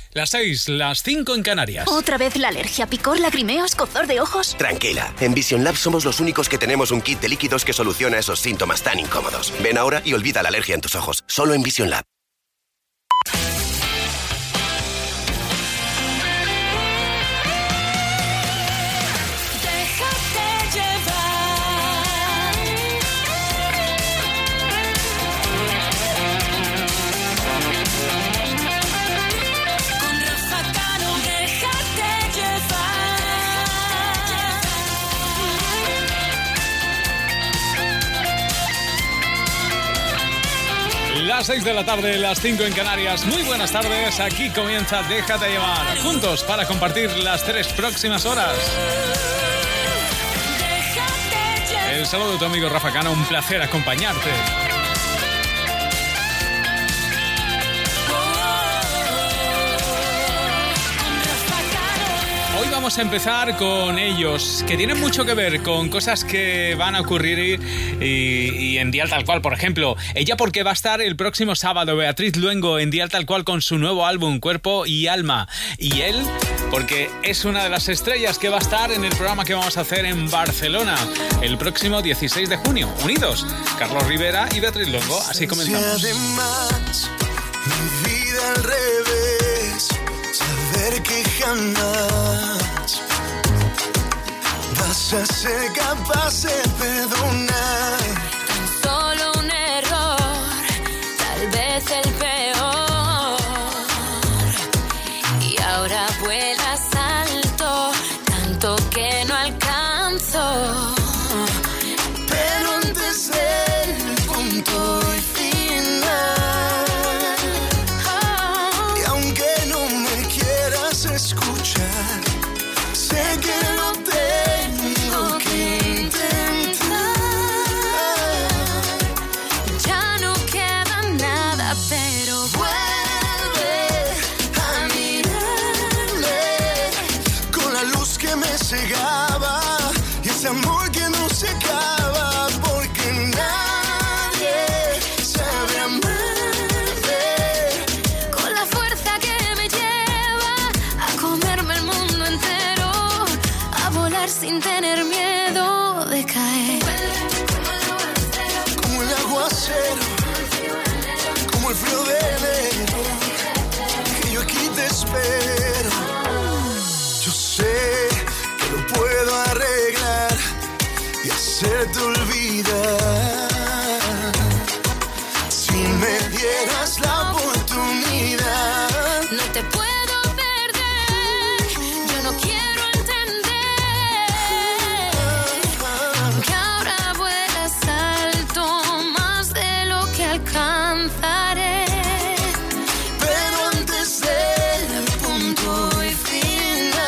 Las 6, las 5 en Canarias. ¿Otra vez la alergia, picor, lagrimeo, escozor de ojos? Tranquila, en Vision Lab somos los únicos que tenemos un kit de líquidos que soluciona esos síntomas tan incómodos. Ven ahora y olvida la alergia en tus ojos. Solo en Vision Lab. Las 6 de la tarde, las 5 en Canarias. Muy buenas tardes, aquí comienza Déjate Llevar. Juntos para compartir las 3 próximas horas. El saludo de tu amigo Rafa Cano, un placer acompañarte. Hoy vamos a empezar con ellos, que tienen mucho que ver con cosas que van a ocurrir y en Dial Tal Cual. Por ejemplo, ella porque va a estar el próximo sábado, Beatriz Luengo, en Dial Tal Cual con su nuevo álbum Cuerpo y Alma. Y él porque es una de las estrellas que va a estar en el programa que vamos a hacer en Barcelona el próximo 16 de junio. Unidos, Carlos Rivera y Beatriz Luengo. Así comenzamos. Además, mi vida al revés, saber que jamás vas a ser capaz de perdonar. Tan solo un error, tal vez el peor. Y ahora vuelas alto, tanto que no alcanzo. Pero antes del punto y final, y aunque no me quieras escuchar, sé que lo tengo que intentar. Ya no queda nada, pero Vuelve a mirarme con la luz que me cegaba y ese amor que no se acaba, porque nadie sabe amarte con la fuerza que me lleva a comerme el mundo entero, a volar sin tener miedo de caer. como el aguacero, como el frío de enero, que yo aquí te espero. Yo sé que lo puedo arreglar y hacerte olvidar. Si me dieras la oportunidad, No te puedo perder, yo no quiero entender que ahora vuelas alto más de lo que alcanzaré. pero antes del punto y final,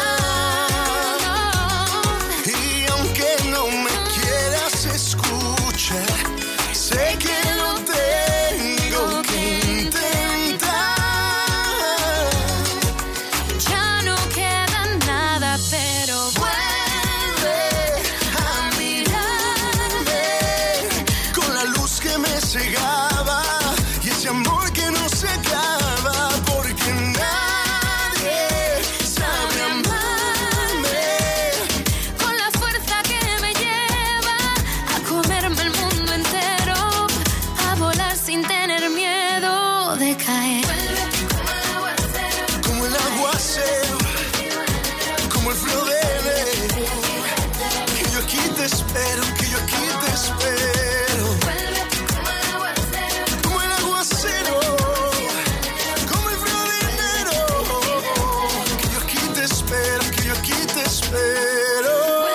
y aunque no me quieras escuchar, sé que lo tengo que intentar. Ya no queda nada, pero Vuelve a mirarme con la luz que me cegaba y ese amor que no se acaba, porque nadie sabe amarme con la fuerza que me lleva a comerme el mundo entero, a volar sin tener miedo de caer. como el aguacero, como el frío de enero, que yo aquí te espero, que yo aquí te espero. Como el aguacero, como el frío de enero, que yo aquí te espero, que yo aquí te espero.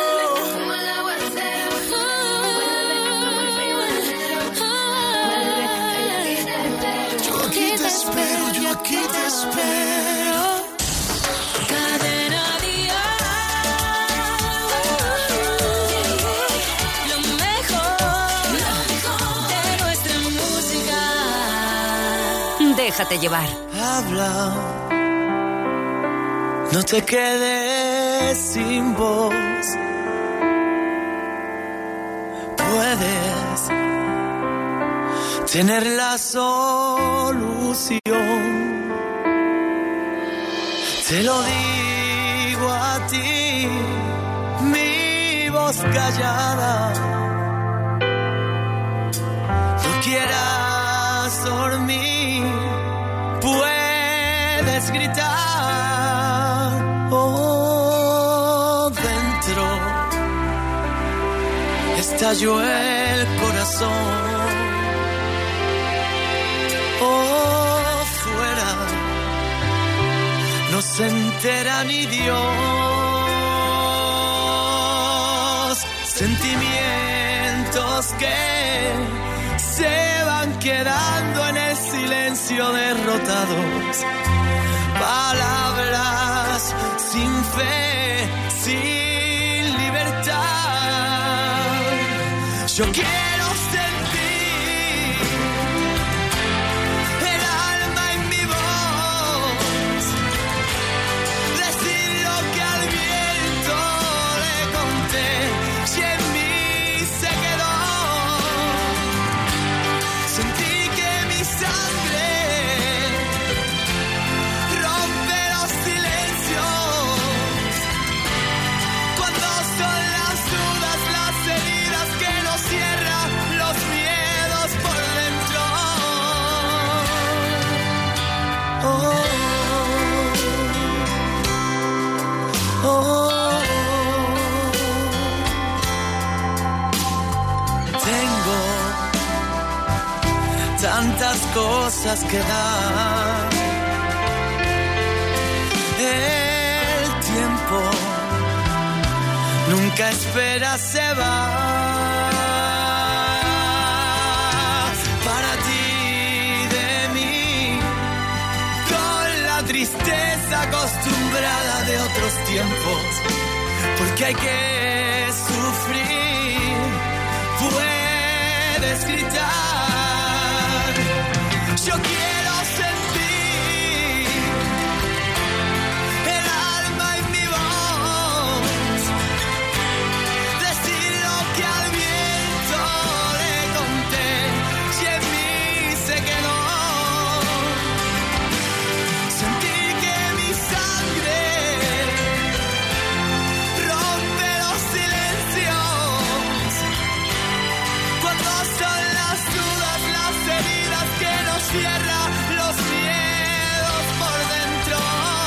Yo aquí te espero, yo aquí te espero. Cadena Dial, lo mejor de nuestra música. Déjate llevar. Habla, no te quedes sin voz. Puedes tener la solución. Te lo digo a ti, mi voz callada. No quieras dormir, puedes gritar. Oh, dentro estalló el corazón. Oh, fuera no se entera ni Dios. Sentimientos que se van quedando en el silencio derrotados. Palabras sin fe, sin libertad. Yo quiero sentir el alma en mi voz, decir lo que al viento le conté y en mí se quedó. Sentí que mi sangre rompe los silencios cuando son las dudas, las heridas que nos cierran los miedos por dentro. Oh, oh, oh. Tengo tantas cosas que dar. El tiempo nunca espera, se va. Para ti de mí, con la tristeza acostumbrada de otros tiempos, porque hay que sufrir, puedes gritar. Yo quiero sentir el alma en mi voz, decir lo que al viento le conté y en mí se quedó. Sentí que mi sangre rompe los silencios cuando son las dudas, las heridas que nos cierran los miedos por dentro.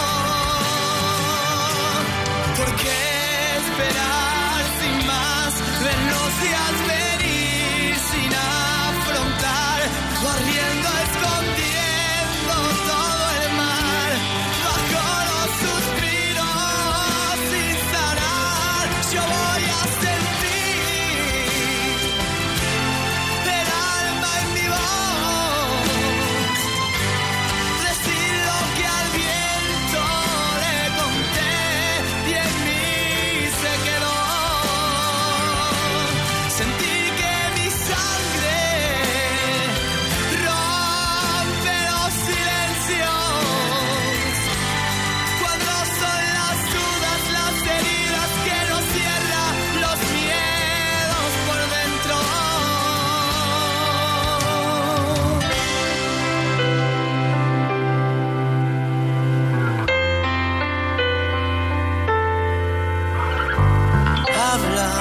¿Por qué esperar sin más, ver los días venir sin afrontar, corriendo, escondiendo todo el mar, bajo los suspiros sin sanar? Yo voy a sentir el alma en mi voz, decir lo que al viento le conté y en mí se quedó. Sentí que mi sangre rompe los silencios cuando son las dudas, las heridas que nos cierran los miedos por dentro. Habla,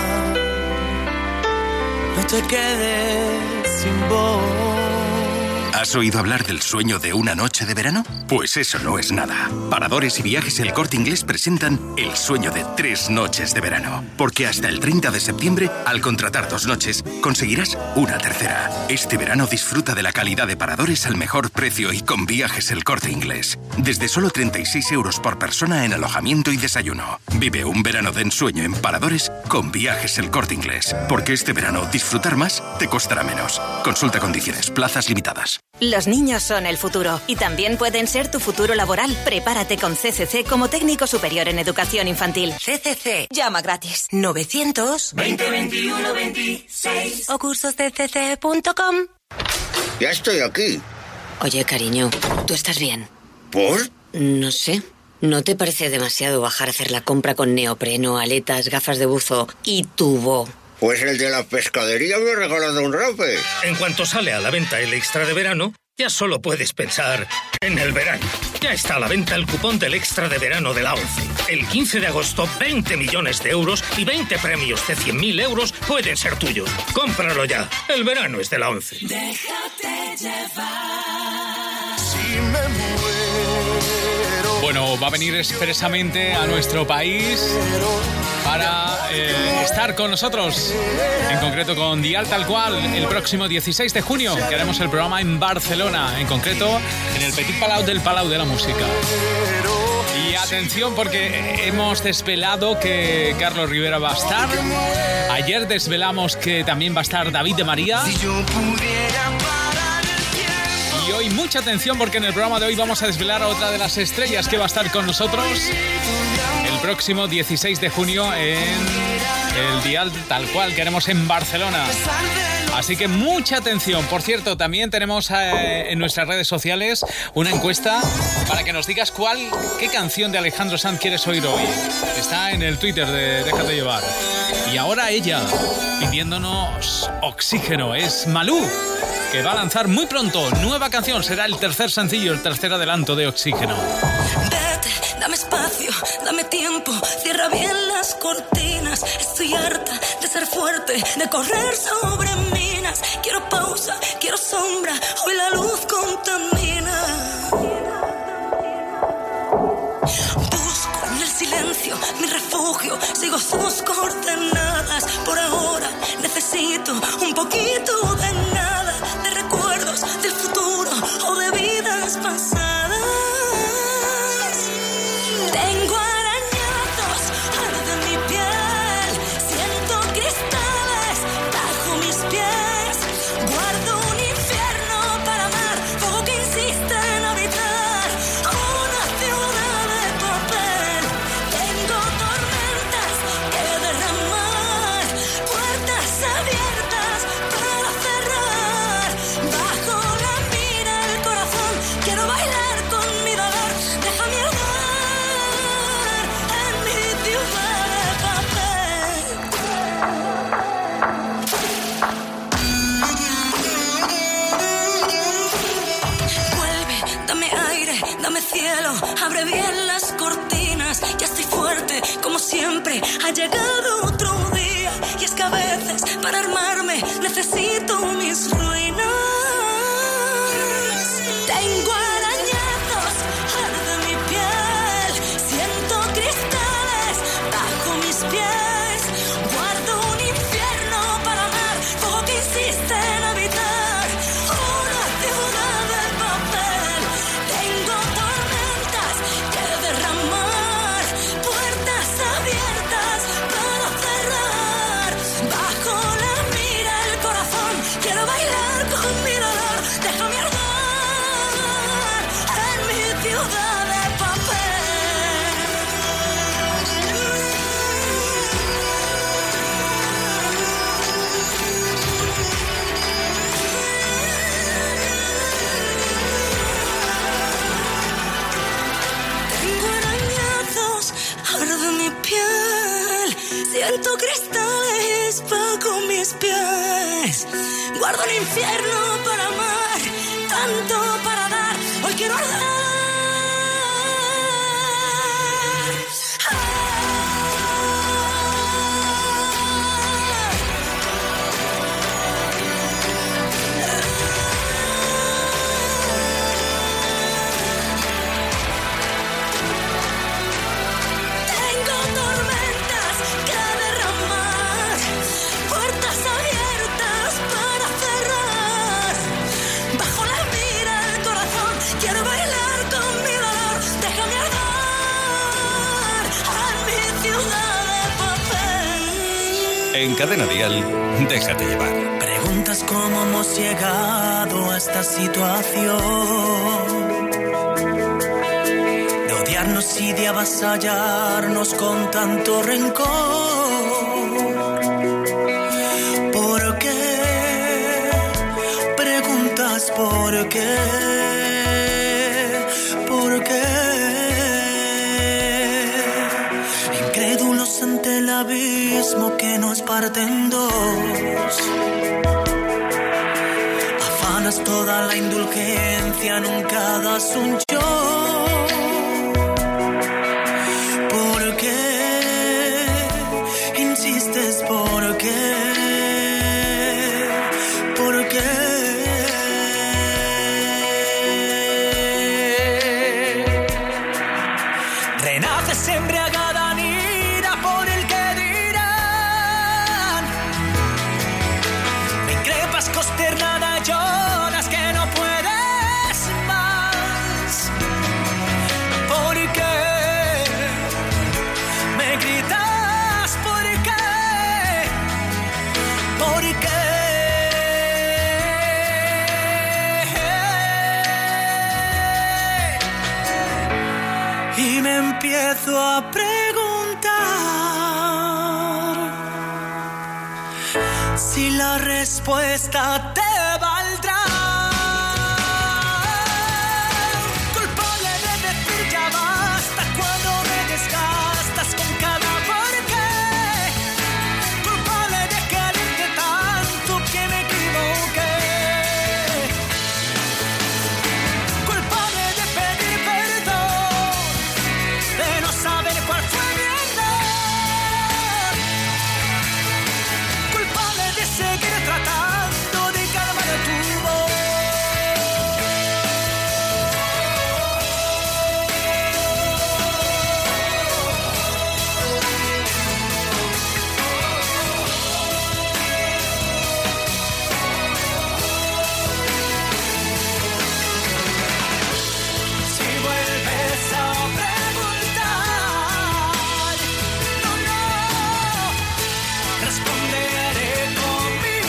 no te quedes sin voz. ¿Has oído hablar del sueño de una noche de verano? Pues eso no es nada. Paradores y Viajes El Corte Inglés presentan el sueño de 3 noches de verano. Porque hasta el 30 de septiembre, al contratar 2 noches, conseguirás una tercera. Este verano disfruta de la calidad de Paradores al mejor precio y con Viajes El Corte Inglés. Desde solo 36 euros por persona en alojamiento y desayuno. Vive un verano de ensueño en Paradores con Viajes El Corte Inglés. Porque este verano disfrutar más te costará menos. Consulta condiciones, plazas limitadas. Los niños son el futuro y también pueden ser tu futuro laboral. Prepárate con CCC como técnico superior en educación infantil. CCC. Llama gratis. 900 20 21 26 o cursosdcc.com. Ya estoy aquí. Oye, cariño, ¿tú estás bien? ¿Por? No sé. ¿No te parece demasiado bajar a hacer la compra con neopreno, aletas, gafas de buzo y tubo? Pues el de la pescadería me ha regalado un rape. En cuanto sale a la venta el extra de verano, ya solo puedes pensar en el verano. Ya está a la venta el cupón del Extra de Verano de la ONCE. El 15 de agosto, 20 millones de euros y 20 premios de 100.000 euros pueden ser tuyos. Cómpralo ya. El verano es de la ONCE. Déjate llevar. Si me muero. Bueno, va a venir expresamente a nuestro país para estar con nosotros, en concreto con Dial Tal Cual, el próximo 16 de junio, que haremos el programa en Barcelona, en concreto en el Petit Palau del Palau de la Música. Y atención, porque hemos desvelado que Carlos Rivera va a estar. Ayer desvelamos que también va a estar David de María. Y hoy mucha atención, porque en el programa de hoy vamos a desvelar a otra de las estrellas que va a estar con nosotros el próximo 16 de junio en el Dial Tal Cual que haremos en Barcelona. Así que mucha atención. Por cierto, también tenemos en nuestras redes sociales una encuesta para que nos digas qué canción de Alejandro Sanz quieres oír hoy. Está en el Twitter de Déjate Llevar. Y ahora ella, pidiéndonos Oxígeno, es Malú, que va a lanzar muy pronto nueva canción. Será el tercer sencillo, el tercer adelanto de Oxígeno. Vete, dame espacio, dame tiempo, cierra bien las cortinas. Estoy harta de ser fuerte, de correr sobre minas. Quiero pausa, quiero sombra, hoy la luz contamina. Busco en el silencio mi refugio, sigo sus coordenadas. Por ahora necesito un poquito de nada, de recuerdos del futuro o de vidas pasadas. Tengo arañazos, arde mi piel, siento cristales bajo mis pies. Guardo un infierno para amar, fuego que insiste en habitar una ciudad de papel. Tengo tormentas que derramar, puertas abiertas para cerrar. Bajo la mira el corazón, quiero bailar con mi dolor. Déjame ahogar en mi ciudad de papel. Vuelve, dame aire, dame cielo, abre bien las cortinas. Ya estoy fuerte, como siempre, ha llegado otro día. Y es que a veces, para armarme, necesito mis ruinas. Tengo arañazos, arde mi piel, siento cristales bajo mis pies. Guardo un infierno para amar, fuego que insiste en habitar una ciudad de papel. Tengo tormentas que derramar, puertas abiertas para cerrar. Bajo la mira el corazón, quiero bailar con mi dolor. Déjame ahogar en mi ciudad de papel. Tengo arañazos, arde mi piel, siento cristales bajo mis pies. Guardo el infierno para amar, tanto para dar, hoy quiero arder. Tengo tormentas que derramar, puertas abiertas para cerrar. Bajo la mira el corazón, quiero bailar con mi dolor. Déjame ahogar en mi ciudad de papel. En Cadena Dial, déjate llevar. Preguntas cómo hemos llegado a esta situación de odiarnos y de avasallarnos con tanto rencor. ¿Por qué? Preguntas por qué. ¿Por qué? Incrédulos ante el abismo que nos parte en dos. abandonas toda la indulgencia, nunca das un yo. ¿Por qué insistes? ¿Por qué? ¿Por qué? Renaces embriagada, ira por el que dirán. Me increpas consternada, lloras que no puedes más. ¿Por qué me gritas? ¿Por qué? ¿Por qué? Y me empiezo a preguntar si la respuesta te valdrá. Culpable de decir ya basta cuando me desgastas con cada por qué. Culpable de quererte tanto que me equivoqué. Culpable de pedir perdón, de no saber cuál fue mi error. Culpable de seguir tratando de calmar tu voz. Si vuelves a preguntar, no, responderé con mi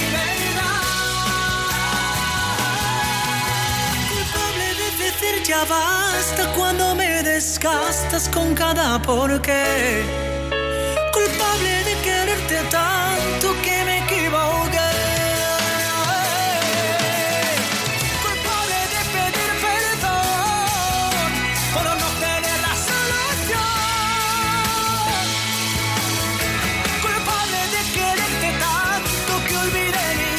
verdad. Culpable de decir ya basta cuando me desgastas con cada porqué. Culpable de quererte tanto que me equivoqué. Culpable de pedir perdón por no tener la solución. Culpable de quererte tanto que olvidé mi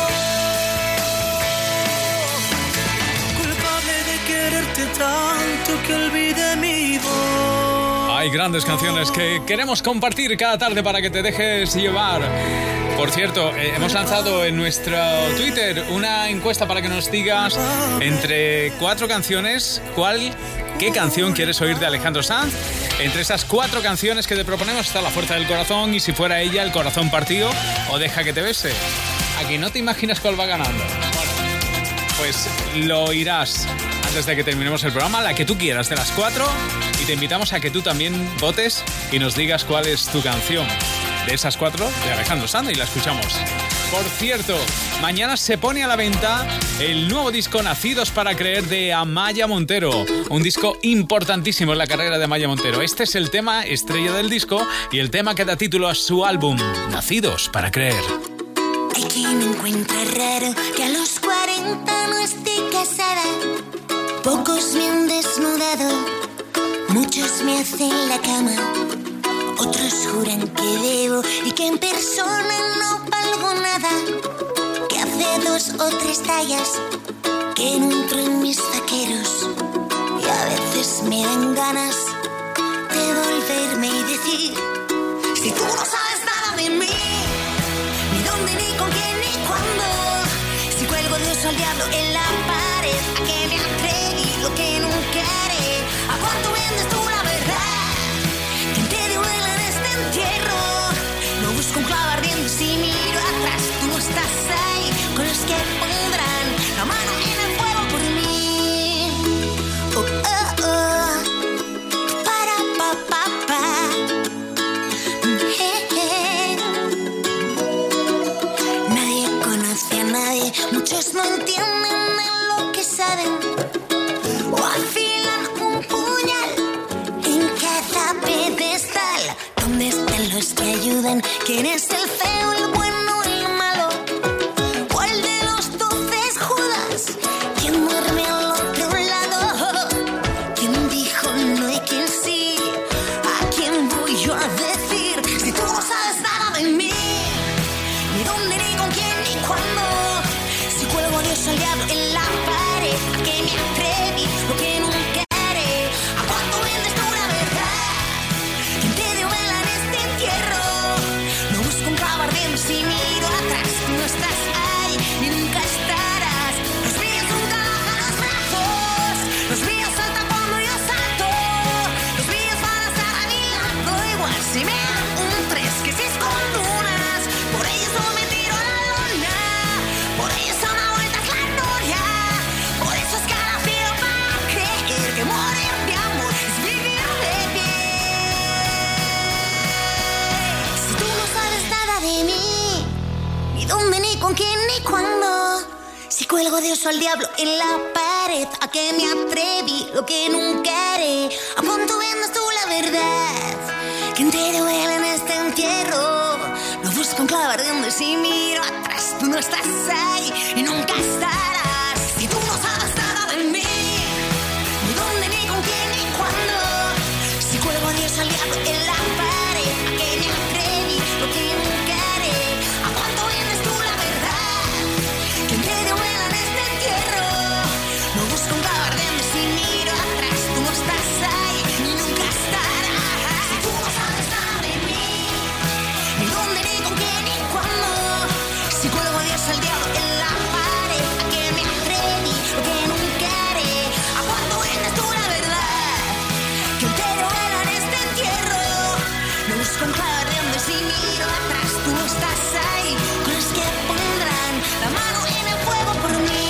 voz. Culpable de quererte tanto que olvidé mi voz. Hay grandes canciones que queremos compartir cada tarde para que te dejes llevar. Por cierto, hemos lanzado en nuestro Twitter una encuesta para que nos digas entre 4 canciones qué canción quieres oír de Alejandro Sanz. Entre esas 4 canciones que te proponemos está La Fuerza del Corazón, y si fuera ella, El Corazón Partido o Deja que te bese. Aquí no te imaginas cuál va ganando. Bueno, pues lo oirás antes de que terminemos el programa, la que tú quieras de las 4, y te invitamos a que tú también votes y nos digas cuál es tu canción de esas 4 de Alejandro Sanz y la escuchamos. Por cierto, mañana se pone a la venta el nuevo disco Nacidos para Creer de Amaya Montero, un disco importantísimo en la carrera de Amaya Montero. Este es el tema estrella del disco y el tema que da título a su álbum, Nacidos para Creer. Hay quien encuentra raro que a los 40 no esté casada. Pocos me han desnudado, muchos me hacen la cama. Otros juran que debo y que en persona no valgo nada. Que hace 2 o 3 tallas que no entro en mis vaqueros. Y a veces me dan ganas de volverme y decir: si tú no sabes nada de mí, ni dónde, ni con quién, ni cuándo. Si cuelgo Dios al diablo en la pared, ¿a qué me atreví lo que nunca haré? ¿A cuánto vendes tú la verdad? ¿Quién te dio vela en este entierro? No busco un clavo ardiendo si miro atrás. Tú no estás ahí con los que pondrán la mano en el fuego por mí. Oh, oh, oh. Para, pa, pa, pa. Nadie conoce a nadie, muchos no entienden lo que saben, o afilan un puñal en cada pedestal. ¿Dónde están los que ayudan? ¿Quién es el feo, el bueno y el malo? ¿Cuál de los 12 es Judas? ¿Quién duerme al otro lado? ¿Quién dijo no y quién sí? ¿A quién voy yo a decir? Si tú no sabes nada de mí, ni dónde, ni con quién, ni cuándo. Si cuelgo a Dios al diablo en Los míos saltan cuando yo salto. Los míos van a estar a mi lado igual si me dan un 3 que 6 comunas. Por ellos no me tiro a la lona. Por ellos son a vueltas la gloria. Por eso es cada filo para creer que morir de amor es vivir de pie. Si tú no sabes nada de mí, ni dónde, ni con quién, ni cuándo. Si cuelgo Dios o al diablo en la pared, a que me atreví, lo que nunca haré. ¿A cuánto vendas tú la verdad? Que entero duele en este entierro. Lo busco en clave ardiendo y si miro atrás, tú no estás ahí y nunca estarás. Si tú no sabes nada de mí, ni dónde, ni con quién, ni cuándo. Si cuelgo Dios o al diablo en la pared, a que me atreví, lo que nunca haré. ¿A cuánto vendes tú la verdad? Que entero duele en este entierro. Lo busco en clave ardiendo y si miro atrás, tú no estás ahí ni nunca estarás. Si tú no sabes nada de mí, ni dónde, ni con quién, ni cuándo. Si cuelgo Dios al diablo en la pared, a que me atreví, lo que nunca haré. ¿A cuánto vendes tú la verdad? Que entero duele en este entierro. Lo busco en clave ardiendo y si miro atrás, tú no estás ahí con los que pondrán la mano en el fuego por mí.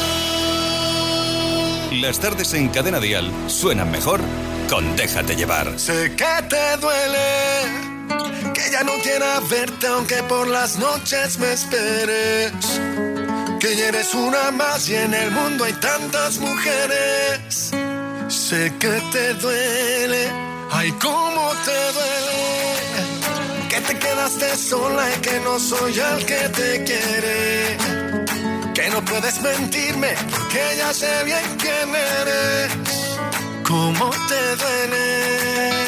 Las tardes en Cadena Dial suenan mejor con Déjate Llevar. Sé que te duele, que ya no quiera verte aunque por las noches me esperes. Que ya eres una más y en el mundo hay tantas mujeres. Sé que te duele, ay cómo te duele. Que te quedaste sola y que no soy el que te quiere. Que no puedes mentirme, que ya sé bien quién eres. ¿Cómo te duele?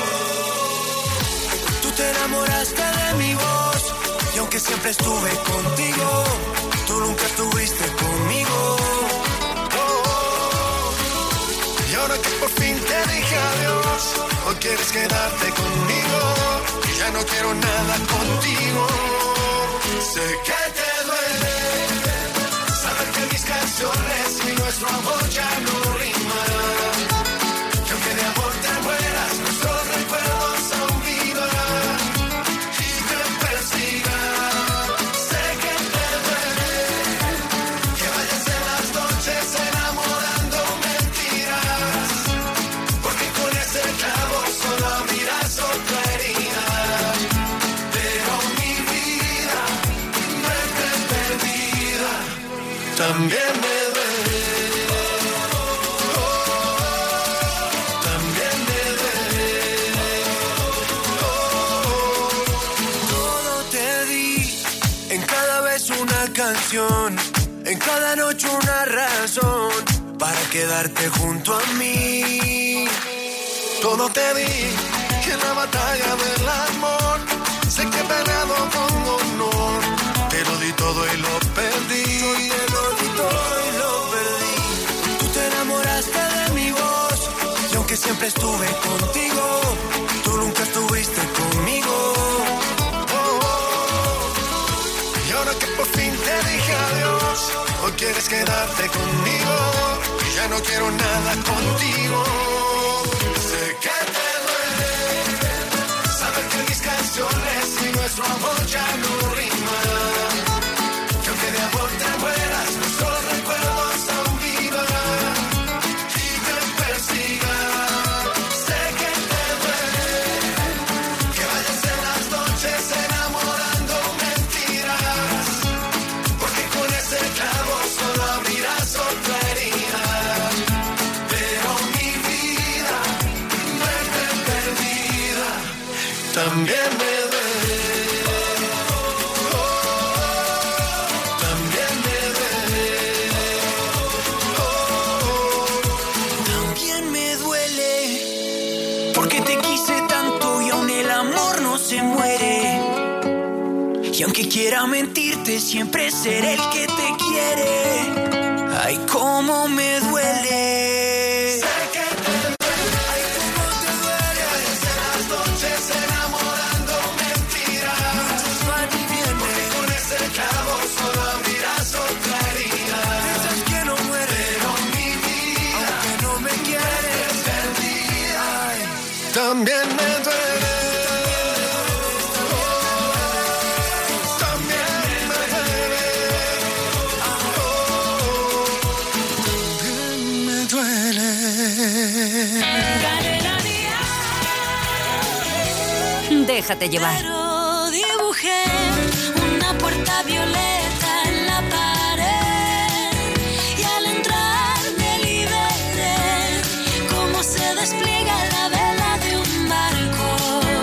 Tú te enamoraste de mi voz y aunque siempre estuve contigo, tú nunca estuviste conmigo. Y ahora que por fin te dije adiós, hoy quieres quedarte conmigo y ya no quiero nada contigo. Sé que te duele saber que mis canciones y nuestro amor ya no riman. Que aunque de amor te mueras, nuestros recuerdos aún vivan y te persigan. Sé que te duele que vayas en las noches enamorando mentiras, porque con ese clavo solo abrirás otra herida. Pero mi vida no esté perdida, también me duele. También me duele. Todo te di, en cada vez una canción, en cada noche una razón para quedarte junto a mí. Todo te di, en la batalla del amor, sé que he peleado con honor. Te lo di todo y lo perdí. Yo te lo di todo y lo perdí. Tú te enamoraste de mi voz y aunque siempre estuve contigo, tú nunca estuviste conmigo. Y ahora que por fin te dije adiós, hoy quieres quedarte conmigo y ya no quiero nada contigo. Sé que te duele saber que mis canciones y nuestro amor ya no riman. Que aunque de amor te mueras, nuestros recuerdos aún vivan y te persigan. Sé que te duele que vayas en las noches enamorando mentiras, porque con ese clavo solo abrirás otra herida. Pero mi vida no esté perdida, también me duele. También me duele. También me duele, porque te quise tanto y aún el amor no se muere. Y aunque quiera mentirte, siempre seré el que te quiere. Ay, cómo me duele. Sé que te duele. Ay, cómo te duele. Vayas en las noches enamorando mentiras. Muchos van y vienen, porque con ese clavo solo abrirás otra herida. Piensas que no muere, pero mi vida, aunque no me también me duele. Déjate llevar. Pero dibujé una puerta violeta en la pared y al entrar me liberé cómo se despliega la vela de un barco.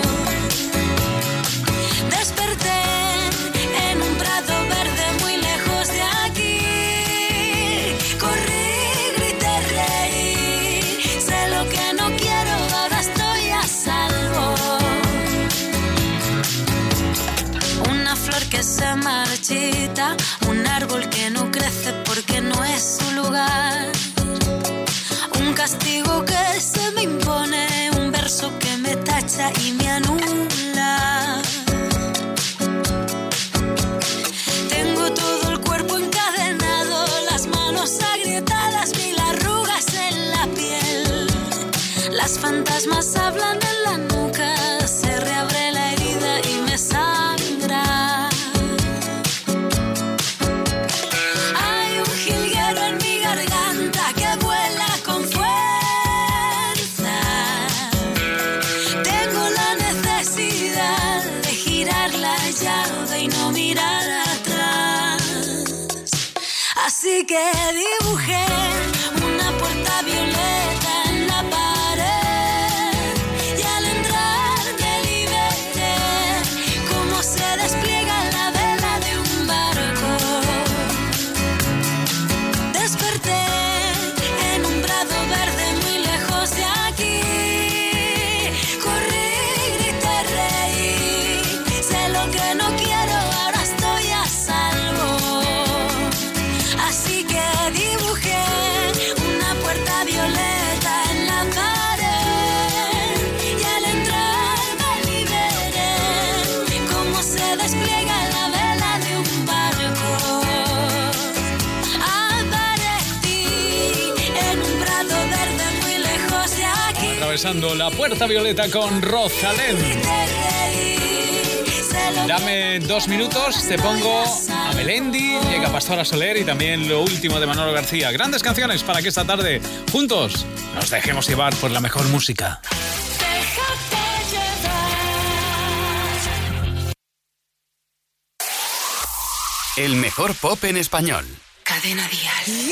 Desperté en un prado verde muy lejos de aquí. Corrí, grité, reí. Sé lo que no quiero, ahora estoy a salvo. Una flor que se marchita, un árbol que no crece porque no es su lugar. Un castigo que se me impone, un verso que me tacha y me anula. Tengo todo el cuerpo encadenado, las manos agrietadas, mil arrugas en la piel. Las fantasmas hablan en la nuca, se reabre la herida y me sangra. Hay un jilguero en mi garganta que vuela con fuerza. Tengo la necesidad de girar la llave y no mirar atrás. Así que dibujé una puerta violeta en la pared y al entrar me liberé cómo se despliega la vela de un barco. Desperté en un prado verde muy lejos de aquí. Corrí, grité, reí. Sé lo que no quiero, ahora estoy a salvo. Así que dibujé una puerta violeta en la pared y al entrar me liberé cómo se despliega la vela de un barco. Aparecí en un prado verde muy lejos de aquí. Atravesando la puerta violeta con Rosalén. Dame 2 minutos, te pongo a Melendi, llega Pastora Soler y también lo último de Manolo García. Grandes canciones para que esta tarde juntos nos dejemos llevar por la mejor música. El mejor pop en español. Cadena Dial.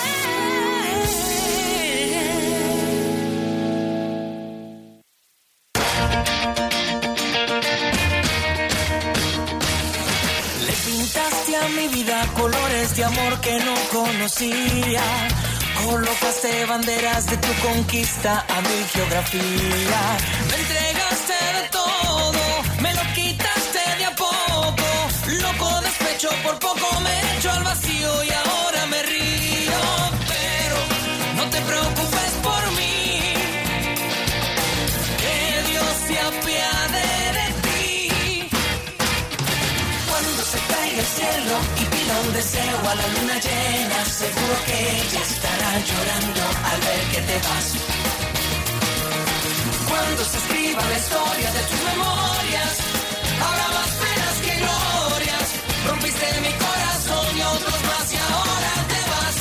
Le pintaste a mi vida colores de amor que no conocía. Colocaste banderas de tu conquista a mi geografía. Me entregaste de todo, me lo quitaste de a poco. Loco despecho, por poco me echo al vacío y ahora me río. Pero no te preocupes por mí, que Dios se apiade de ti. Cuando se caiga el cielo y pida un deseo a la luna llena, seguro que ella estará llorando al ver que te vas. Cuando se escriba la historia de tus memorias, habrá más penas que glorias. Rompiste mi corazón y otros más y ahora te vas.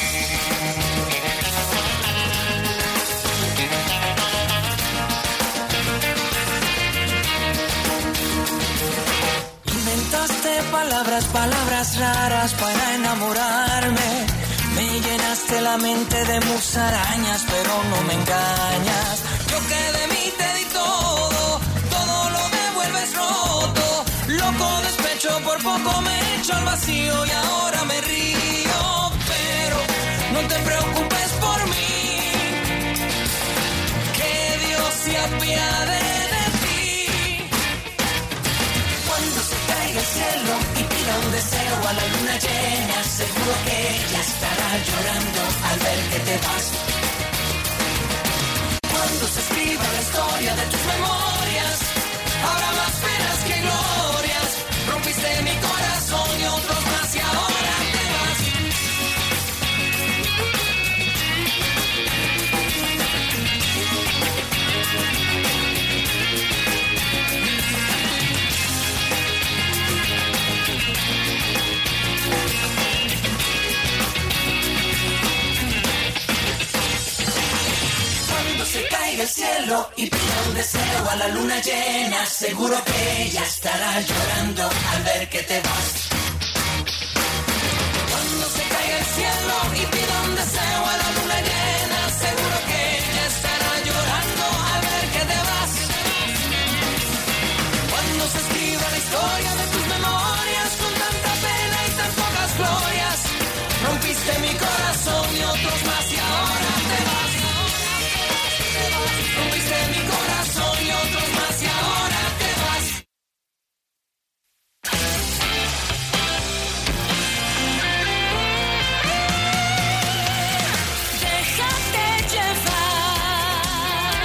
Inventaste palabras raras para enamorarme. Me llenaste la mente de musarañas, pero no me engañas. Yo que de mí te di todo, todo lo devuelves roto. Loco despecho, por poco me echo al vacío y ahora me río. Pero no te preocupes por mí, que Dios se apiade de ti. Cuando se caiga el cielo y pida un deseo a la luna llena, seguro que ella estará llorando al ver que te vas. Cuando se escriba la historia de tus memorias, habrá más penas que glorias. Rompiste mi corazón y otros más y ahora te vas. Cuando se caiga el cielo y pida un deseo a la luna llena, seguro que ella estará llorando al ver que te vas. Cuando se caiga el cielo y pida un deseo a la luna llena, seguro que ella estará llorando al ver que te vas. Cuando se escriba la historia de tus memorias con tanta pena y tan pocas glorias, rompiste mi corazón y otros más y ahora te vas. Rompiste mi corazón y otros más y ahora te vas. Déjate llevar.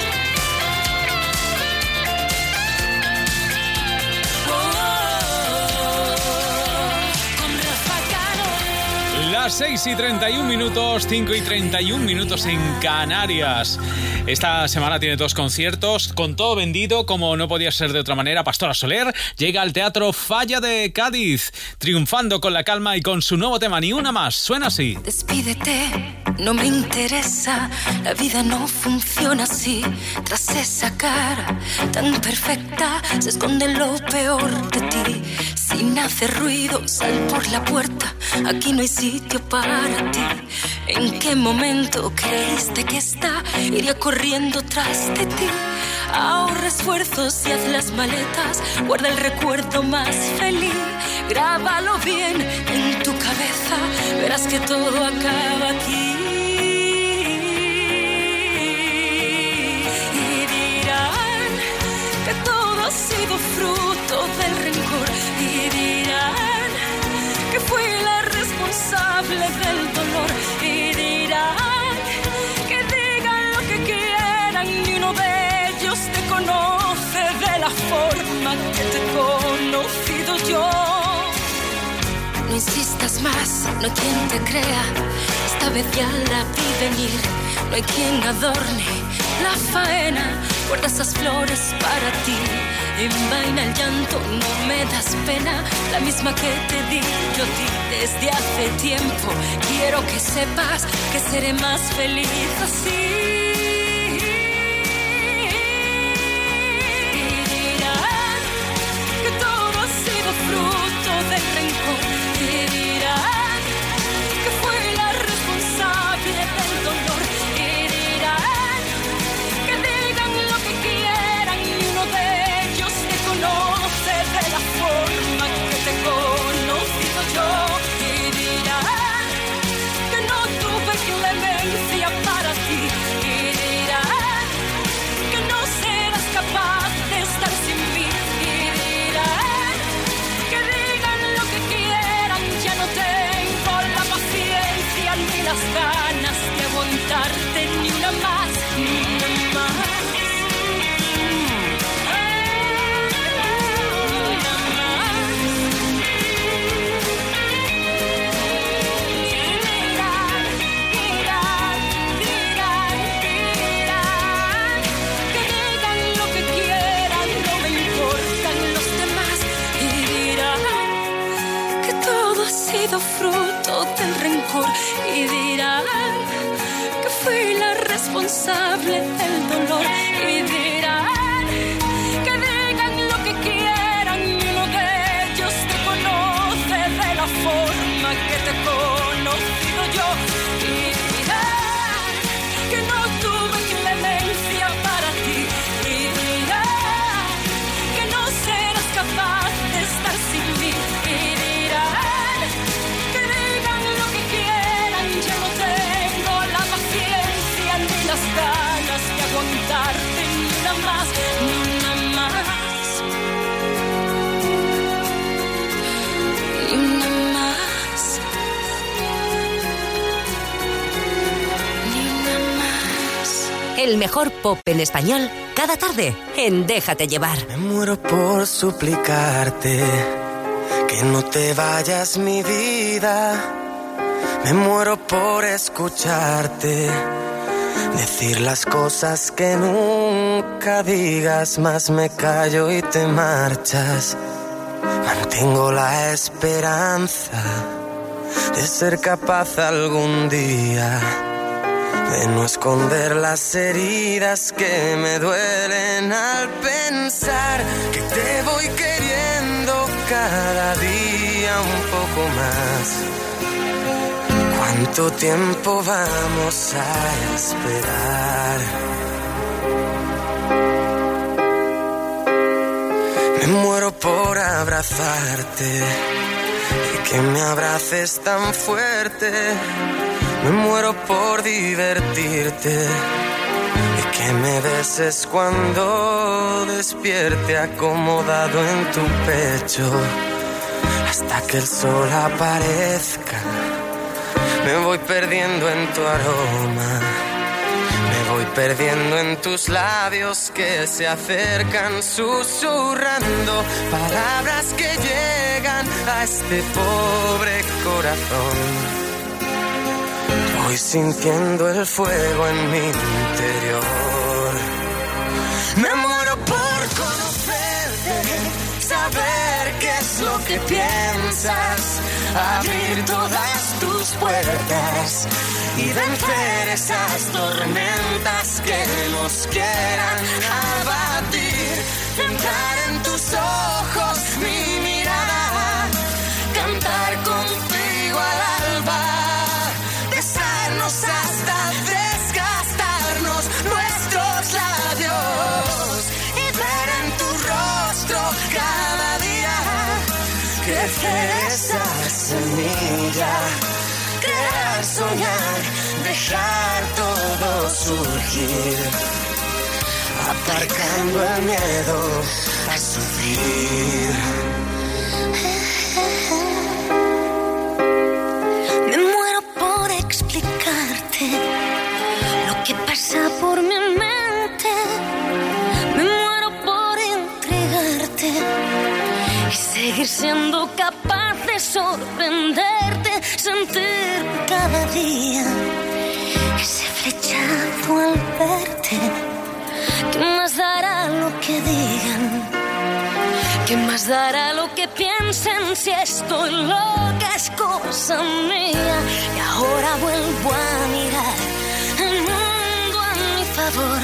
Con Rafa Cano. Las 6:31, 5:31 en Canarias. Esta semana tiene 2 conciertos, con todo vendido, como no podía ser de otra manera. Pastora Soler llega al Teatro Falla de Cádiz, triunfando con la calma y con su nuevo tema, Ni una más. Suena así. Despídete, no me interesa, la vida no funciona así. Tras esa cara tan perfecta se esconde lo peor de ti. Sin hacer ruido, sal por la puerta, aquí no hay sitio para ti. ¿En qué momento creíste que iría corriendo tras de ti? Ahorra esfuerzos y haz las maletas, guarda el recuerdo más feliz. Grábalo bien en tu cabeza, verás que todo acaba aquí. Y dirán que todo ha sido fruto del rencor. Y dirán que fui la responsable del dolor. Y dirán que digan lo que quieran, ni uno de ellos te conoce de la forma que te he conocido yo. No insistas más, no hay quien te crea, esta vez ya la vi venir. No hay quien adorne la faena, guarda esas flores para ti. Envaina el llanto, no me das pena, la misma que te di yo a ti desde hace tiempo. Quiero que sepas que seré más feliz así. Y dirán que todo ha sido fruto del rencor. Y dirán que fui la responsable del dolor. Y dirán que digan lo que quieran, y uno de ellos te conoce de la forma que te he conocido yo. Y dirán que no tuve clemencia para ti. Y dirán que no serás capaz de estar sin mí. Y dirán que digan lo que quieran, ya no tengo la paciencia ni las ganas de aguantarte ni una más, ni una más. Que digan lo que quieran, no me importan los demás. Y dirán que todo ha sido fruto del rencor. Y dirán que fui la responsable del dolor. Y dirán que digan lo que quieran, y uno de ellos te conoce de la forma que te he conocido yo. Y dirán que no tuve clemencia para ti. Y dirán que no serás capaz de estar sin mí. Y dirán que digan lo que quieran, ya no tengo la paciencia ni las ganas de aguantarte ni una más, ni una más, ni una más, ni una más. El mejor pop en español, cada tarde en Déjate Llevar. Me muero por suplicarte que no te vayas, mi vida. Me muero por escucharte decir las cosas que nunca digas, más me callo y te marchas. Mantengo la esperanza de ser capaz algún día de no esconder las heridas que me duelen al pensar que te voy queriendo cada día un poco más. ¿Cuánto tiempo vamos a esperar? Me muero por abrazarte y que me abraces tan fuerte. Me muero por divertirte y que me beses cuando despierte acomodado en tu pecho hasta que el sol aparezca. Me voy perdiendo en tu aroma, me voy perdiendo en tus labios que se acercan susurrando palabras que llegan a este pobre corazón. Voy sintiendo el fuego en mi interior. Me muero por conocerte, saber qué es lo que piensas, abrir todas tus puertas y vencer esas tormentas que nos quieran abatir. Entrar en tus ojos mi mirada, cantar contigo al alba, besarnos hasta desgastarnos nuestros labios y ver en tu rostro cada día crecer esa semilla, crear, soñar, dejar todo surgir, aparcando el miedo a sufrir. Me muero por explicarte lo que pasa por mi mente. Me muero por entregarte y seguir siendo capaz de sorprenderte, sentir cada día ese flechazo al verte. ¿Qué más dará lo que digan? ¿Qué más dará lo que piensen si estoy loca? Es cosa mía. Y ahora vuelvo a mirar el mundo a mi favor.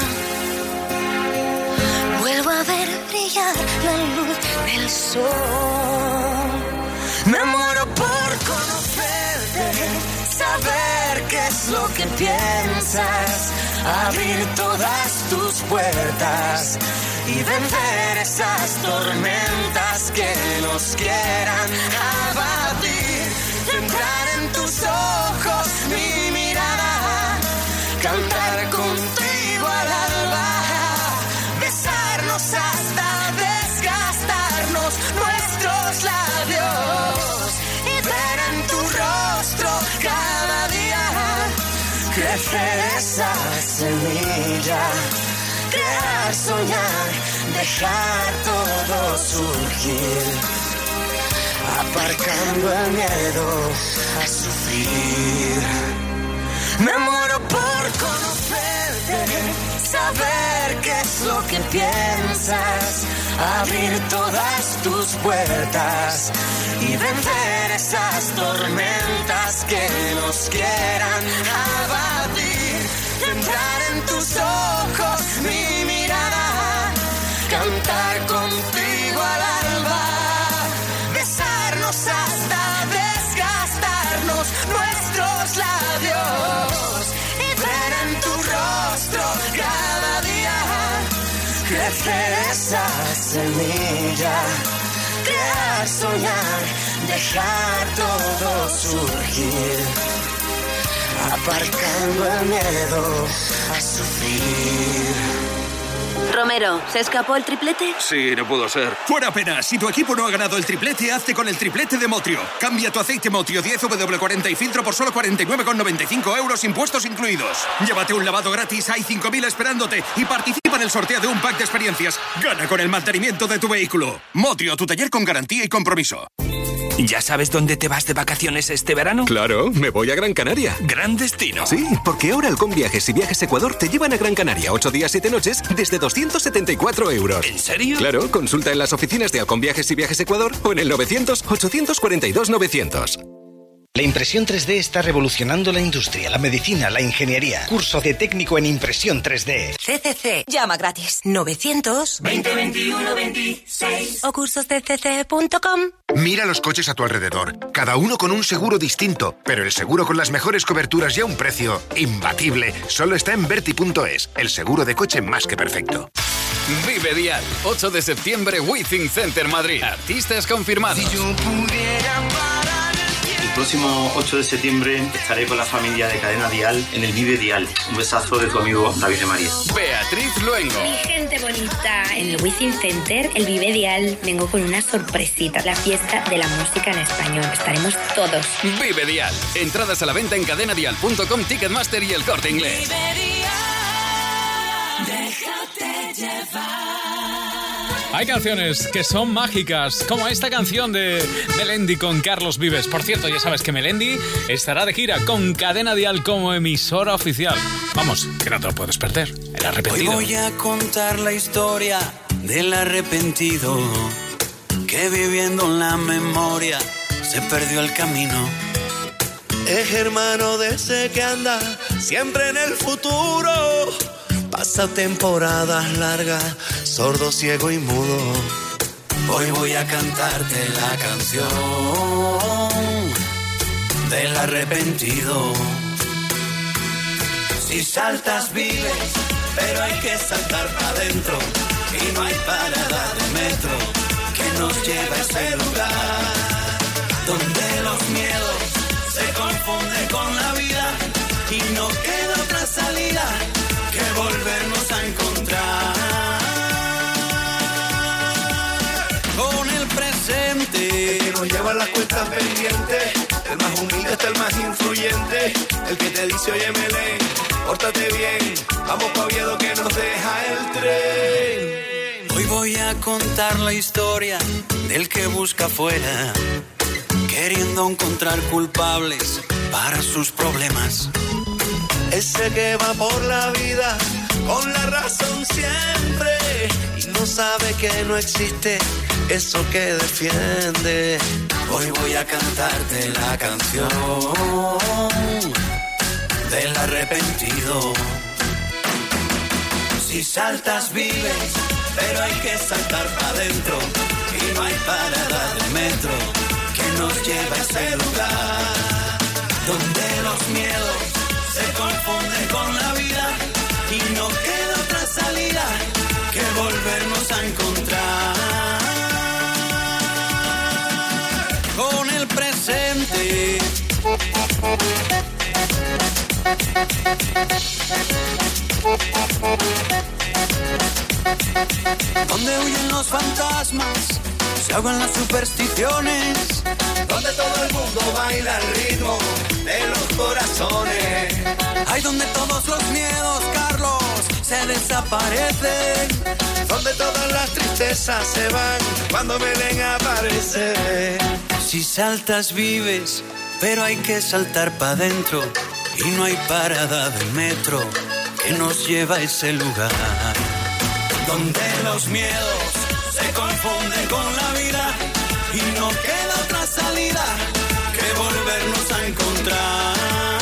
Vuelvo a ver brillar la luz del sol. Me muero por conocerte, saber qué es lo que piensas, abrir todas tus puertas y vencer esas tormentas que nos quieran abatir. Entrar en tus ojos mi mirada, cantar contigo al alba, besarnos hasta desgastarnos nuestros labios y ver en tu rostro cada día crecer esa semilla, crear, soñar, dejar todo surgir, aparcando el miedo a sufrir. Me muero por conocerte, saber qué es lo que piensas, abrir todas tus puertas y vencer esas tormentas que nos quieran abatir. Entrar en tus ojos mi mirada, cantar contigo al alba, besarnos hasta desgastarnos nuestros labios y ver en tu rostro cada día crecer esa semilla, crear, soñar, dejar todo surgir, aparcando el miedo a sufrir. Romero, ¿se escapó el triplete? Sí, no pudo ser. ¡Fuera pena! Si tu equipo no ha ganado el triplete, hazte con el triplete de Motrio. Cambia tu aceite Motrio 10W40 y filtro por solo 49,95 € impuestos incluidos. Llévate un lavado gratis, hay 5.000 esperándote y participa en el sorteo de un pack de experiencias. Gana con el mantenimiento de tu vehículo. Motrio, tu taller con garantía y compromiso. ¿Ya sabes dónde te vas de vacaciones este verano? Claro, me voy a Gran Canaria. Gran destino. Sí, porque ahora Halcón Viajes y Viajes Ecuador te llevan a Gran Canaria 8 días 7 noches desde 274 €. ¿En serio? Claro, consulta en las oficinas de Halcón Viajes y Viajes Ecuador o en el 900 842 900. La impresión 3D está revolucionando la industria, la medicina, la ingeniería. Curso de técnico en impresión 3D. CCC. Llama gratis. 900 20 21 26 o cursosdecc.com. Mira los coches a tu alrededor, cada uno con un seguro distinto, pero el seguro con las mejores coberturas y a un precio imbatible solo está en Verti.es, el seguro de coche más que perfecto. Vive Dial, 8 de septiembre, Withing Center Madrid. Artistas confirmados. Si yo pudiera parar el tiempo. El próximo 8 de septiembre estaré con la familia de Cadena Dial en el Vive Dial. Un besazo de tu amigo David de María. Beatriz Luengo. Mi gente bonita, en el Withing Center, el Vive Dial, vengo con una sorpresita. La fiesta de la música en español. Estaremos todos. Vive Dial. Entradas a la venta en cadenadial.com, Ticketmaster y El Corte Inglés. Déjate llevar. Hay canciones que son mágicas, como esta canción de Melendi con Carlos Vives. Por cierto, ya sabes que Melendi estará de gira con Cadena Dial como emisora oficial. Vamos, que no te lo puedes perder. El arrepentido. Hoy voy a contar la historia del arrepentido que viviendo en la memoria se perdió el camino. Es hermano de ese que anda siempre en el futuro. Pasa temporadas largas, sordo, ciego y mudo. Hoy voy a cantarte la canción del arrepentido. Si saltas vives, pero hay que saltar para adentro. Y no hay parada de metro que nos lleve a ese lugar donde los miedos se confunden con la vida y no queda otra salida que volvernos a encontrar con el presente. El que nos lleva las cuentas pendientes, el más humilde hasta el más influyente, el que te dice oye Melén, pórtate bien, vamos pa' Oviedo que nos deja el tren. Hoy voy a contar la historia del que busca afuera, queriendo encontrar culpables para sus problemas. Ese que va por la vida con la razón siempre y no sabe que no existe eso que defiende. Hoy voy a cantarte la canción del arrepentido. Si saltas vives, pero hay que saltar para adentro y no hay parada de metro que nos lleve a ese lugar donde los miedos se confunde con la vida y no queda otra salida que volvernos a encontrar con el presente. Donde huyen los fantasmas, se ahogan las supersticiones, donde todo el mundo baila al ritmo de los corazones. Hay donde todos los miedos, Carlos, se desaparecen, donde todas las tristezas se van cuando Belén aparece. Si saltas vives, pero hay que saltar para adentro y no hay parada de metro que nos lleva a ese lugar donde los miedos se confunden con la vida y no queda otra salida que volvernos a encontrar.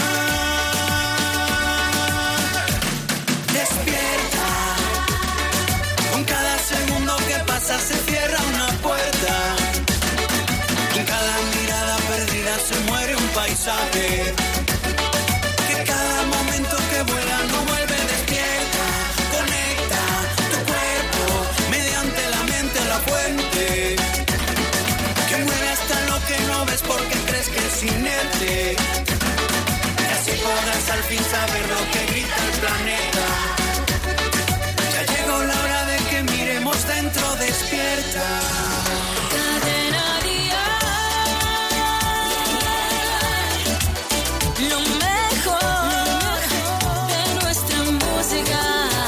Despierta, con cada segundo que pasa se cierra una puerta, en cada mirada perdida se muere un paisaje, que cada momento que vuela no vuelve. Despierta, conecta tu cuerpo mediante la mente a la fuente, que mueve hasta lo que no ves porque crees que es inerte, y así podrás al fin saber lo que grita el planeta. Ya llegó la hora de que miremos dentro. Despierta. Cadena Dial, lo mejor de nuestra música.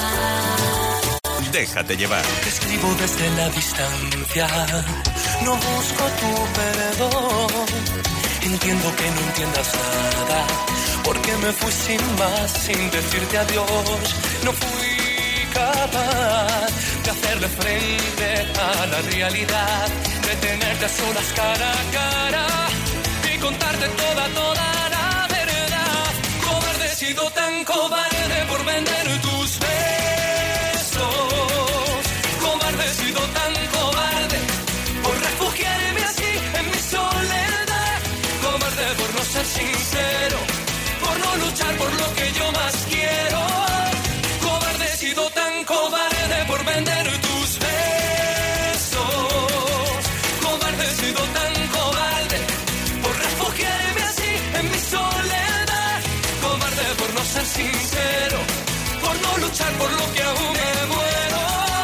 Déjate llevar. Te escribo desde la distancia, no busco tu perdón. Entiendo que no entiendas nada, porque me fui sin más, sin decirte adiós. No fui capaz de hacerle frente a la realidad, de tenerte a solas cara a cara y contarte toda la verdad. Cobarde, he sido tan cobarde por vender tus besos. Cobarde, he sido tan cobarde por refugiarme así en mi soledad. Cobarde por no ser sincero, por no luchar por lo que yo más quiero. Cobarde, he sido tan cobarde por vender tus besos. Cobarde, he sido tan cobarde por refugiarme así en mi soledad. Cobarde por no ser sincero, por no luchar por lo que aún me muero.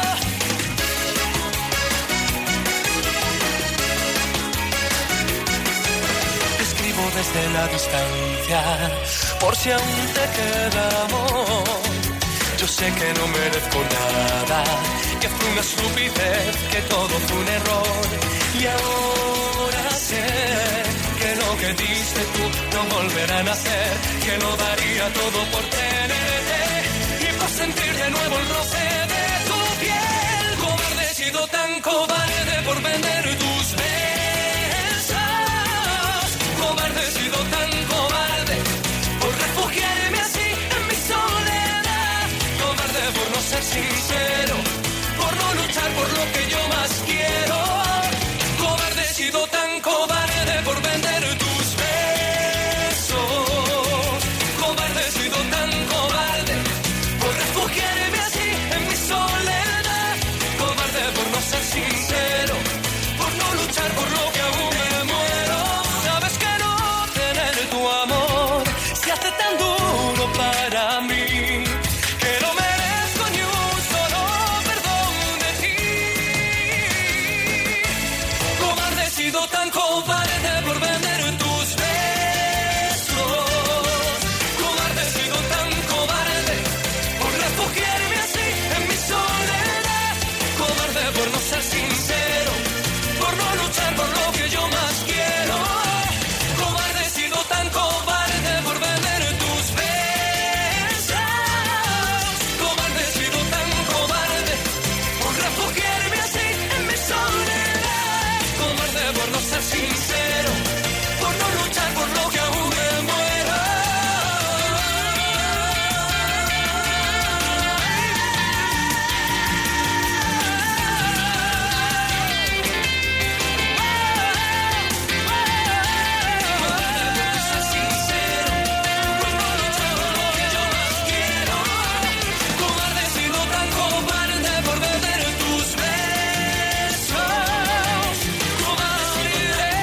Te escribo desde la distancia, por si aún te queda amor. Yo sé que no merezco nada, que fue una estupidez, que todo fue un error. Y ahora sé que lo que diste tú no volverá a nacer, que lo daría todo por tenerte y por sentir de nuevo el roce de tu piel. Cobarde, he sido tan cobarde por vender tus besos. Cobarde, he sido tan cobarde por refugiarme así en mi soledad. Cobarde por no ser sincero, por no luchar por lo que yo más quiero. Cobarde, he sido tan cobarde por vender tus besos. Cobarde, he sido tan cobarde por refugiarme así en mi soledad. Cobarde por no ser sincero, por no luchar por lo que aún me muero. Sabes que no tener tu amor se hace tan duro para mí, que no merezco ni un solo perdón de ti. Cobarde, he sido tan cobarde por vender tus besos. Cobarde, he sido tan cobarde por refugiarme así en mi soledad. Cobarde por no ser sincero, por no luchar por lo que yo más quiero. Cobarde, he sido tan cobarde por vender tus besos. Cobarde, he sido tan cobarde por refugiarme así en mi soledad. Cobarde por no ser sincero, por no luchar por lo que aún me muero. Cobarde, he sido tan cobarde por vender tus besos. Cobarde,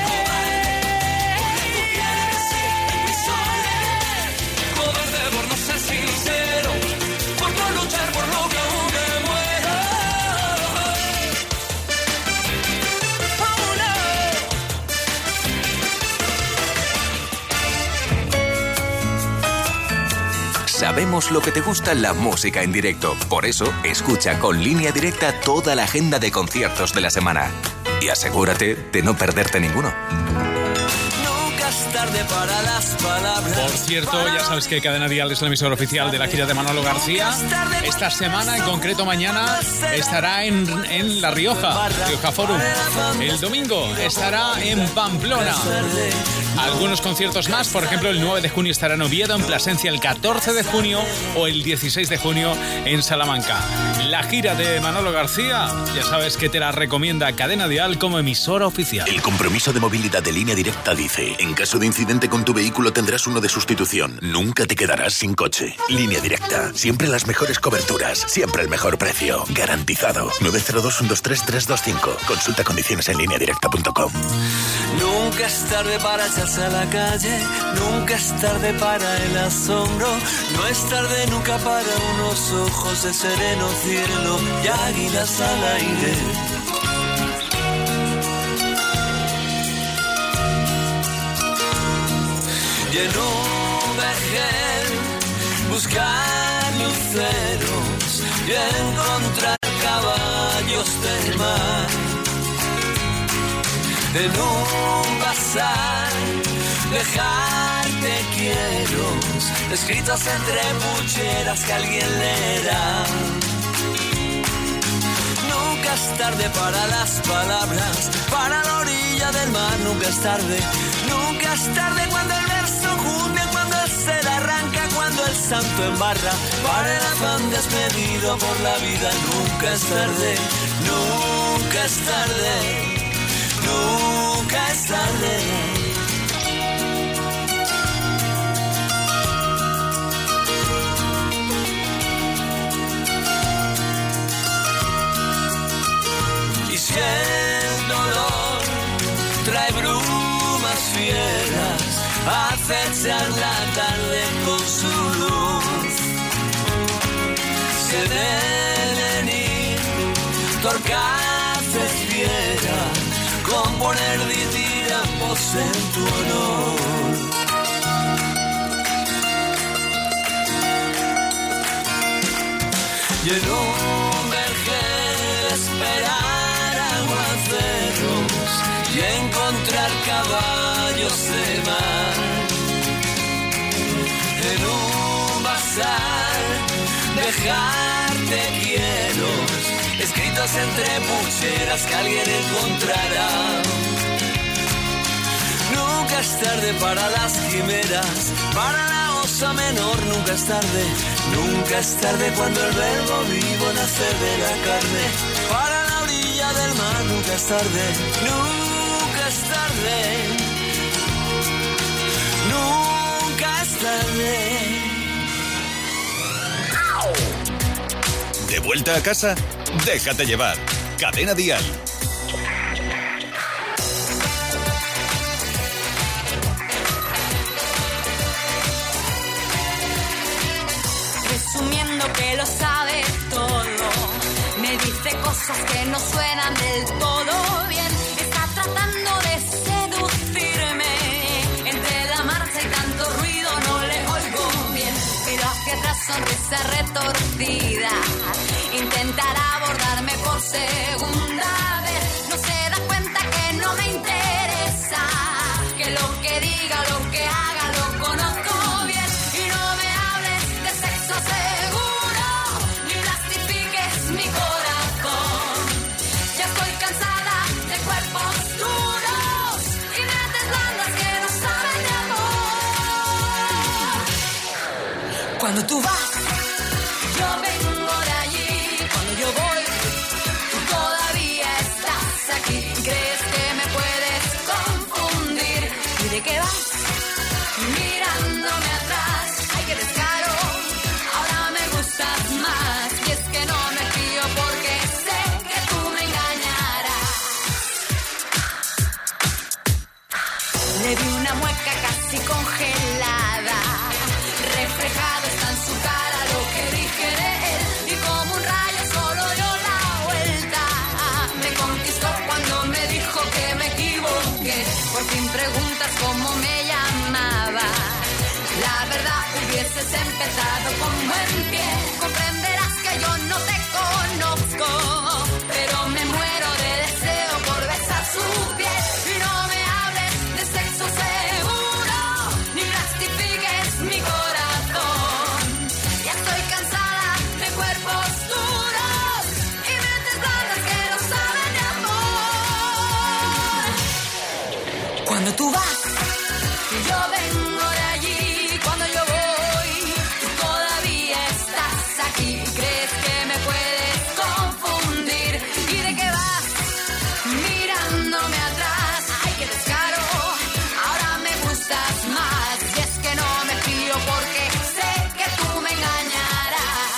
en mi soledad. Cobarde por no ser sincero, por no luchar por lo que aún me muero. Sabemos lo que te gusta la música en directo. Por eso, escucha con Línea Directa toda la agenda de conciertos de la semana. Y asegúrate de no perderte ninguno. Nunca es tarde para las palabras. Por cierto, ya sabes que Cadena Dial es la emisora oficial de la gira de Manolo García. Esta semana, en concreto mañana, estará en La Rioja, Rioja Forum. El domingo estará en Pamplona. Algunos conciertos más, por ejemplo, el 9 de junio estará en Oviedo, en Plasencia el 14 de junio o el 16 de junio en Salamanca. La gira de Manolo García, ya sabes que te la recomienda Cadena Dial como emisora oficial. El compromiso de movilidad de Línea Directa dice: en caso de incidente con tu vehículo tendrás uno de sustitución. Nunca te quedarás sin coche. Línea Directa, siempre las mejores coberturas, siempre el mejor precio. Garantizado. 902-123-325. Consulta condiciones en lineadirecta.com. Nunca es tarde para echarse a la calle, nunca es tarde para el asombro, no es tarde nunca para unos ojos de sereno cielo y águilas al aire. Y en un vergel buscar luceros y encontrar caballos del mar. En un bazar dejarte quiero, escritos entre pucheras que alguien leerá. Nunca es tarde para las palabras, para la orilla orilla del mar, nunca es tarde. Nunca es tarde cuando el verso cumple, cuando el ser arranca, cuando el santo embarra. Para el afán despedido por la vida, nunca es tarde. Nunca es tarde. Nunca es tarde. Si el dolor trae brumas fieras, acechan la tarde con su luz. Si en el venir torcaces fiera, componer diramos en tu honor. Y en un vergel esperar aguaceros y encontrar caballos de mar. En un bazar dejarte quieros escritos entre pucheras que alguien encontrará. Nunca es tarde para las quimeras, para la osa menor nunca es tarde. Nunca es tarde cuando el verbo vivo nace de la carne. Para la orilla del mar nunca es tarde. Nunca es tarde. Nunca es tarde. ¿De vuelta a casa? Déjate llevar. Cadena Dial. Presumiendo que lo sabe todo, me dice cosas que no suenan del todo bien. Está tratando de seducirme. Entre la marcha y tanto ruido no le oigo bien. Pero hacia atrás sonrisa retorcida. Intentará abordarme por segunda vez. No se da cuenta que no me interesa. Que lo que diga, lo que haga, lo conozco bien. Y no me hables de sexo seguro, ni plastifiques mi corazón. Ya estoy cansada de cuerpos duros y mentes blandas que no saben de amor. Cuando tú vas, yo vengo de allí. Cuando yo voy, tú todavía estás aquí. ¿Crees que me puedes confundir? ¿Y de qué vas? Mirándome atrás. Ay, qué descaro, ahora me gustas más. Y es que no me fío porque sé que tú me engañarás. Le di una mueca casi congelada. Reflejado está en su cara lo que dije de él. Y como un rayo solo dio la vuelta. Me conquistó cuando me dijo que me equivoqué. Por fin preguntas cómo me llamaba. La verdad hubieses empezado con buen pie. Comprenderás que yo no te conozco, pero me muero de deseo por besar su piel. Y no me hables de sexo seguro, ni plastifiques mi corazón. Ya estoy cansada de cuerpos duros y mentes blandas que no saben de amor. Cuando tú vas, yo vengo de allí. Cuando yo voy, tú todavía estás aquí. ¿Crees que me puedes confundir? ¿Y de qué vas? Mirándome atrás. Ay, qué descaro, ahora me gustas más. Y es que no me fío porque sé que tú me engañarás.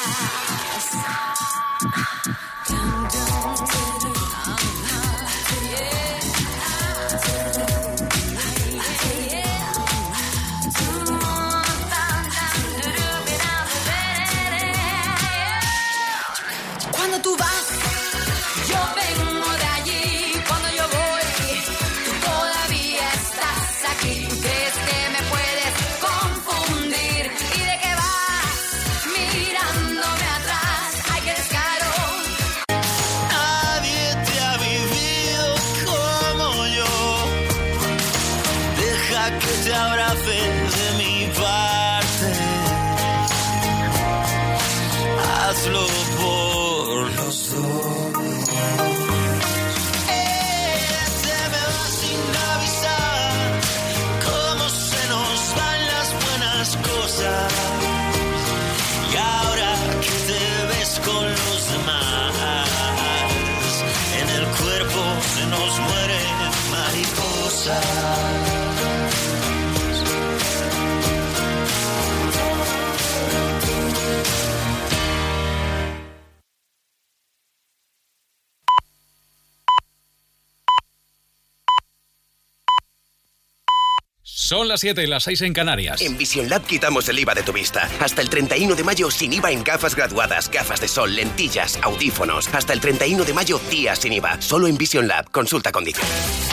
Cuando tú vas, yo vengo de allí. Cuando yo voy, tú todavía estás aquí. ¿Crees que me puedes confundir? ¿Y de qué vas? Mirándome atrás. Ay, qué descaro. Nadie te ha vivido como yo. Deja que te abrace de mi parte. Hazlo por los dos. Ella se me va sin más. En el cuerpo se nos mueren mariposas. Son las 7 y las 6 en Canarias. En Vision Lab quitamos el IVA de tu vista. Hasta el 31 de mayo sin IVA en gafas graduadas, gafas de sol, lentillas, audífonos. Hasta el 31 de mayo, días sin IVA. Solo en Vision Lab. Consulta condiciones.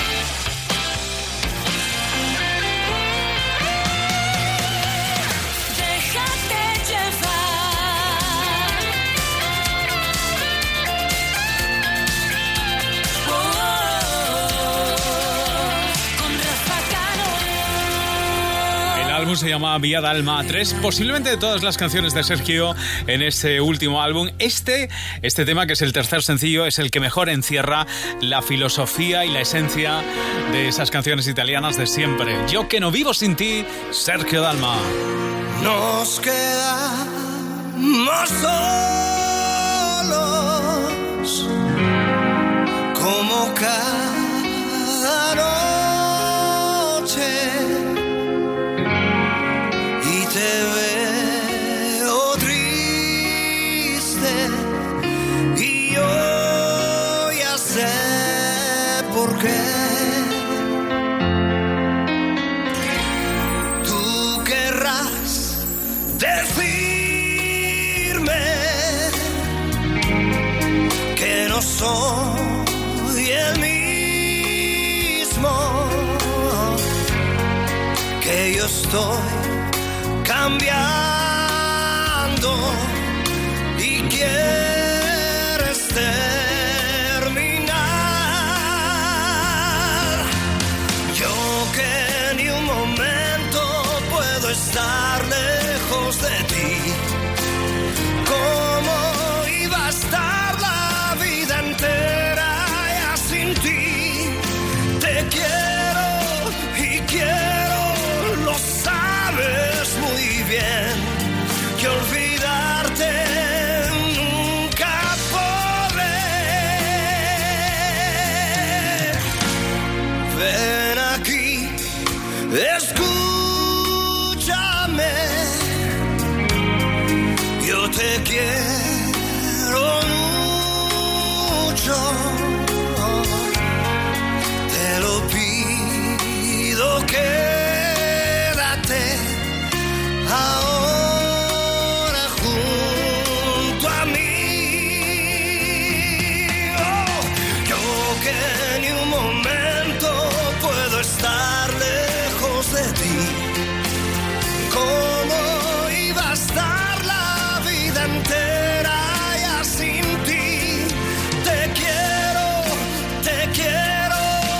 El álbum se llama Vía d'Alma 3, posiblemente de todas las canciones de Sergio en este último álbum. Este tema, que es el tercer sencillo, es el que mejor encierra la filosofía y la esencia de esas canciones italianas de siempre. Yo que no vivo sin ti, Sergio Dalma. Nos quedamos solos como cada noche. Te veo triste y yo ya sé por qué. Tú querrás decirme que no soy el mismo, que yo estoy cambiando y quieres terminar. Yo que ni un momento puedo estar lejos de ti. ¿Cómo iba a estar la vida entera ya sin ti? Te quiero y quiero, lo sabes muy bien, que olvidarte nunca podré. Ven aquí, escúchame, yo te quiero mucho, te lo pido, quédate ahora junto a mí. Oh, yo que ni un momento puedo estar lejos de ti. ¿Cómo iba a estar la vida entera ya sin ti? Te quiero, te quiero.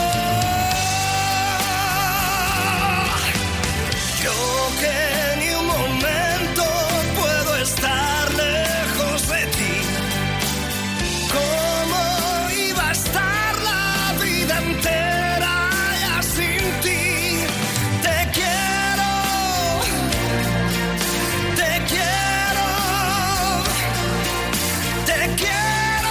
Yo que ni un momento puedo estar lejos de ti. ¿Cómo iba a estar la vida entera ya sin ti? Te quiero, te quiero, te quiero.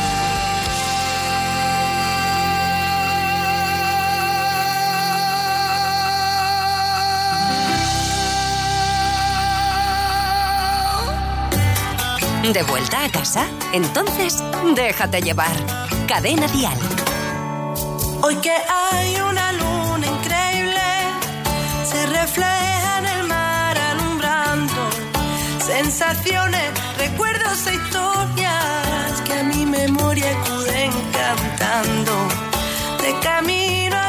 ¿De vuelta a casa? Entonces, déjate llevar. Cadena Dial. Hoy que hay una luna increíble, se refleja en el mar alumbrando sensaciones, recuerdos e historias que a mi memoria acuden cantando. De camino